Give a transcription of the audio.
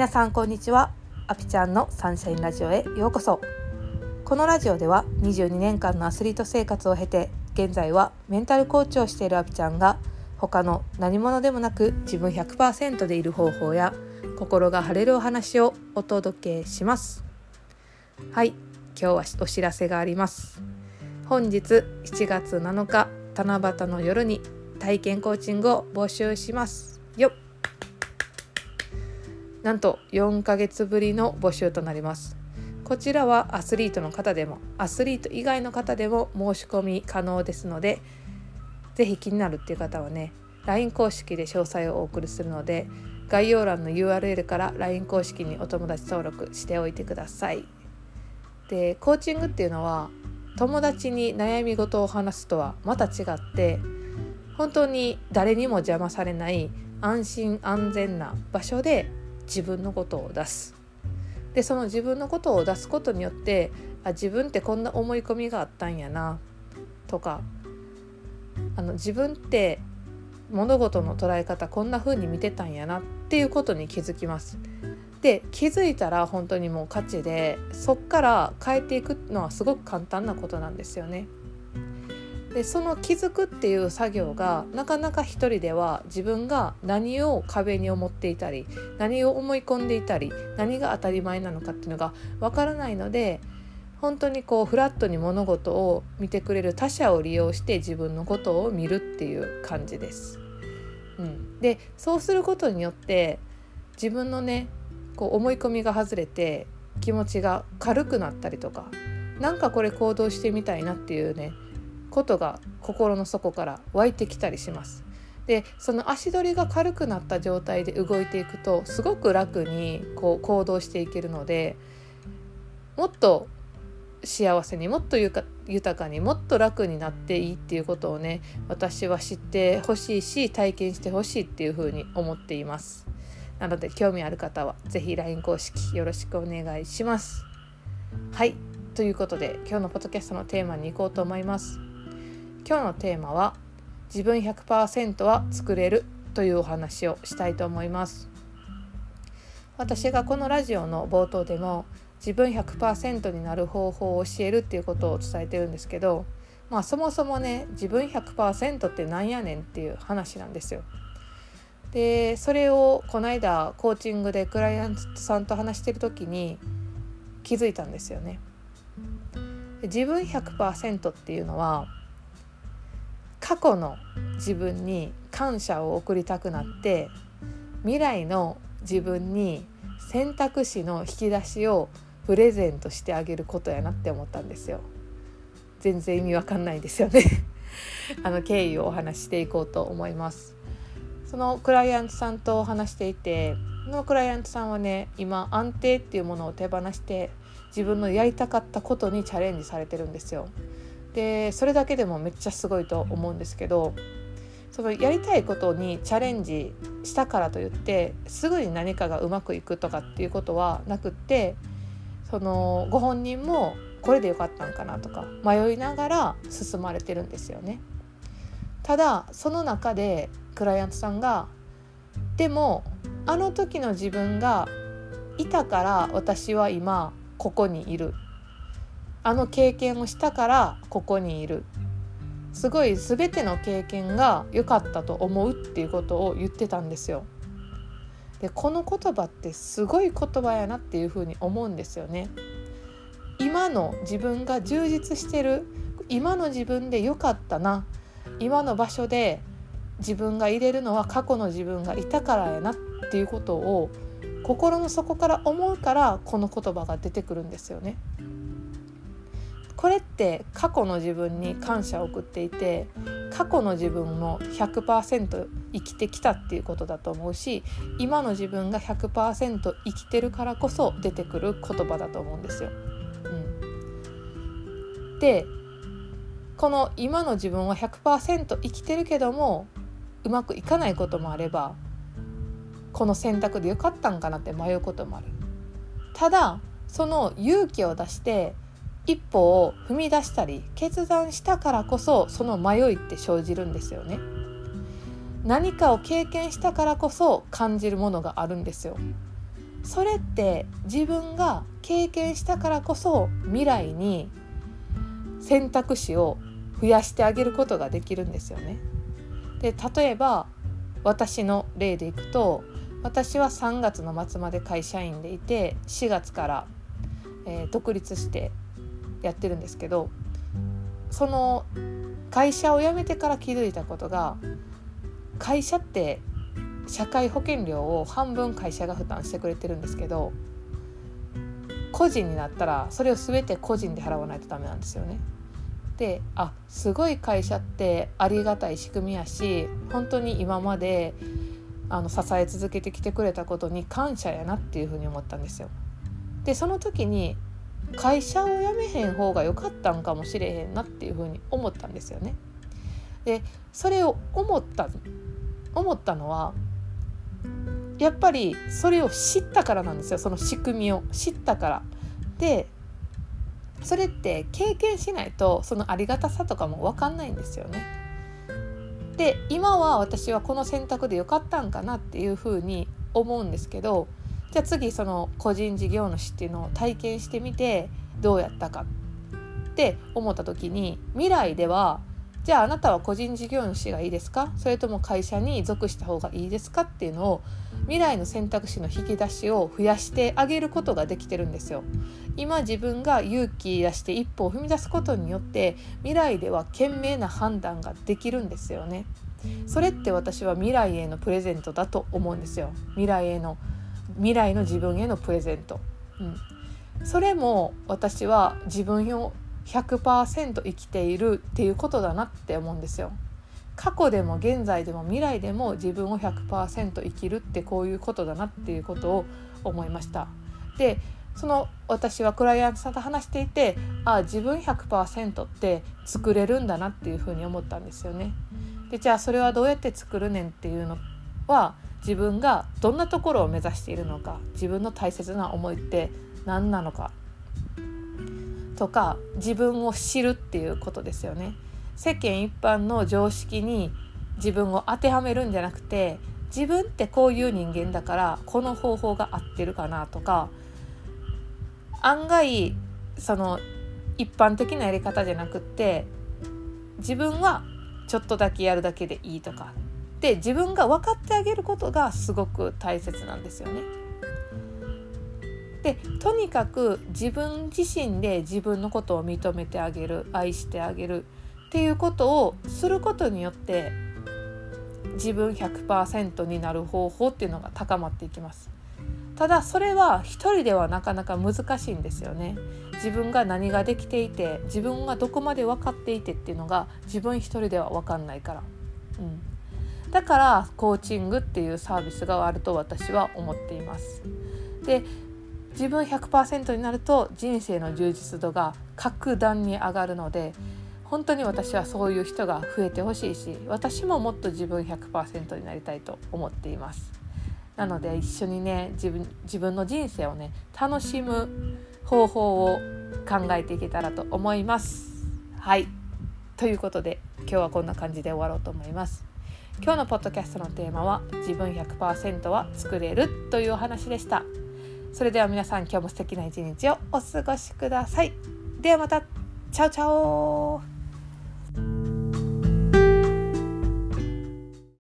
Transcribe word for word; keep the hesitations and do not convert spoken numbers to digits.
皆さんこんにちは。アピちゃんのサンシャインラジオへようこそ。このラジオではにじゅうにねんかんのアスリート生活を経て、現在はメンタルコーチをしているアピちゃんが、他の何者でもなく自分 ひゃくパーセント でいる方法や心が晴れるお話をお届けします。はい、今日はお知らせがあります。本日しちがつなのか七夕の夜に体験コーチングを募集しますよ。なんとよんかげつぶりの募集となります。こちらはアスリートの方でもアスリート以外の方でも申し込み可能ですので、ぜひ気になるっていう方はね ライン 公式で詳細をお送りするので、概要欄の ユーアールエル から ライン 公式にお友達登録しておいてください。で、コーチングっていうのは友達に悩み事を話すとはまた違って、本当に誰にも邪魔されない安心安全な場所で自分のことを出す。で、その自分のことを出すことによって、あ、自分ってこんな思い込みがあったんやなとか、あの自分って物事の捉え方こんな風に見てたんやなっていうことに気づきます。で、気づいたら本当にもう勝ちで、そっから変えていくのはすごく簡単なことなんですよね。で、その気づくっていう作業がなかなか一人では自分が何を壁に思っていたり、何を思い込んでいたり、何が当たり前なのかっていうのがわからないので、本当にこうフラットに物事を見てくれる他者を利用して自分のことを見るっていう感じです、うん、で、そうすることによって自分のねこう思い込みが外れて気持ちが軽くなったりとか、なんかこれ行動してみたいなっていうねことが心の底から湧いてきたりします。で、その足取りが軽くなった状態で動いていくとすごく楽にこう行動していけるので、もっと幸せにもっと豊かにもっと楽になっていいっていうことをね、私は知ってほしいし体験してほしいっていうふうに思っています。なので興味ある方はぜひ ライン 公式よろしくお願いします。はい、ということで今日のポッドキャストのテーマに行こうと思います。今日のテーマは自分 ひゃくパーセント は作れるというお話をしたいと思います。私がこのラジオの冒頭でも自分 ひゃくパーセント になる方法を教えるっていうことを伝えてるんですけど、まあそもそもね自分 ひゃくパーセント ってなんやねんっていう話なんですよ。で、それをこの間コーチングでクライアントさんと話してる時に気づいたんですよね。自分 ひゃくパーセント っていうのは過去の自分に感謝を送りたくなって未来の自分に選択肢の引き出しをプレゼントしてあげることやなって思ったんですよ。全然意味わかんないですよねあの経緯をお話ししていこうと思います。そのクライアントさんと話していて、そのクライアントさんはね今安定っていうものを手放して自分のやりたかったことにチャレンジされてるんですよ。で、それだけでもめっちゃすごいと思うんですけど、そのやりたいことにチャレンジしたからといってすぐに何かがうまくいくとかっていうことはなくって、そのご本人もこれでよかったんかなとか迷いながら進まれてるんですよね。ただその中でクライアントさんが、でもあの時の自分がいたから私は今ここにいる、あの経験をしたからここにいる、すごい全ての経験が良かったと思うっていうことを言ってたんですよ。で、この言葉ってすごい言葉やなっていうふうに思うんですよね。今の自分が充実してる、今の自分で良かったな、今の場所で自分が入れるのは過去の自分がいたからやなっていうことを心の底から思うからこの言葉が出てくるんですよね。これって過去の自分に感謝を送っていて、過去の自分も ひゃくパーセント 生きてきたっていうことだと思うし、今の自分が ひゃくパーセント 生きてるからこそ出てくる言葉だと思うんですよ、うん、で、この今の自分は ひゃくパーセント 生きてるけどもうまくいかないこともあれば、この選択でよかったんかなって迷うこともある。ただその勇気を出して一歩を踏み出したり決断したからこそその迷いって生じるんですよね。何かを経験したからこそ感じるものがあるんですよ。 それって自分が経験したからこそ未来に選択肢を増やしてあげることができるんですよね。で、例えば私の例でいくと、私はさんがつの末まで会社員でいて、しがつから、えー、独立してやってるんですけど、その会社を辞めてから気づいたことが、会社って社会保険料を半分会社が負担してくれてるんですけど、個人になったらそれを全て個人で払わないとダメなんですよね。で、あ、すごい会社ってありがたい仕組みやし、本当に今まであの支え続けてきてくれたことに感謝やなっていうふうに思ったんですよ。で、その時に会社を辞めへん方が良かったんかもしれへんなっていうふうに思ったんですよね。で、それを思った思ったのはやっぱりそれを知ったからなんですよ。その仕組みを知ったから。で、それって経験しないとそのありがたさとかも分かんないんですよね。で、今は私はこの選択で良かったんかなっていうふうに思うんですけど、じゃあ次その個人事業主っていうのを体験してみてどうやったかって思った時に、未来ではじゃああなたは個人事業主がいいですか、それとも会社に属した方がいいですかっていうのを、未来の選択肢の引き出しを増やしてあげることができてるんですよ。今自分が勇気出して一歩を踏み出すことによって未来では賢明な判断ができるんですよね。それって私は未来へのプレゼントだと思うんですよ。未来への未来の自分へのプレゼント、うん、それも私は自分を ひゃくパーセント 生きているっていうことだなって思うんですよ。過去でも現在でも未来でも自分を ひゃくパーセント 生きるってこういうことだなっていうことを思いました。で、その私はクライアントさんと話していて、あ、自分 ひゃくパーセント って作れるんだなっていうふうに思ったんですよね。で、じゃあそれはどうやって作るねんっていうのは、自分がどんなところを目指しているのか、自分の大切な思いって何なのかとか、自分を知るっていうことですよね。世間一般の常識に自分を当てはめるんじゃなくて、自分ってこういう人間だからこの方法が合ってるかなとか、案外その一般的なやり方じゃなくって、自分はちょっとだけやるだけでいいとかで、自分が分かってあげることがすごく大切なんですよね。で、とにかく自分自身で自分のことを認めてあげる、愛してあげるっていうことをすることによって、自分 ひゃくパーセント になる方法っていうのが高まっていきます。ただそれは一人ではなかなか難しいんですよね。自分が何ができていて、自分がどこまで分かっていてっていうのが自分一人では分かんないから、うん、だからコーチングっていうサービスがあると私は思っています。で、自分 ひゃくパーセント になると人生の充実度が格段に上がるので、本当に私はそういう人が増えてほしいし、私ももっと自分 ひゃくパーセント になりたいと思っています。なので一緒にね、自分、自分の人生をね楽しむ方法を考えていけたらと思います。はい、ということで今日はこんな感じで終わろうと思います。今日のポッドキャストのテーマは自分 ひゃくパーセント は作れるというお話でした。それでは皆さん、今日も素敵な一日をお過ごしください。ではまた。チャオチャオ。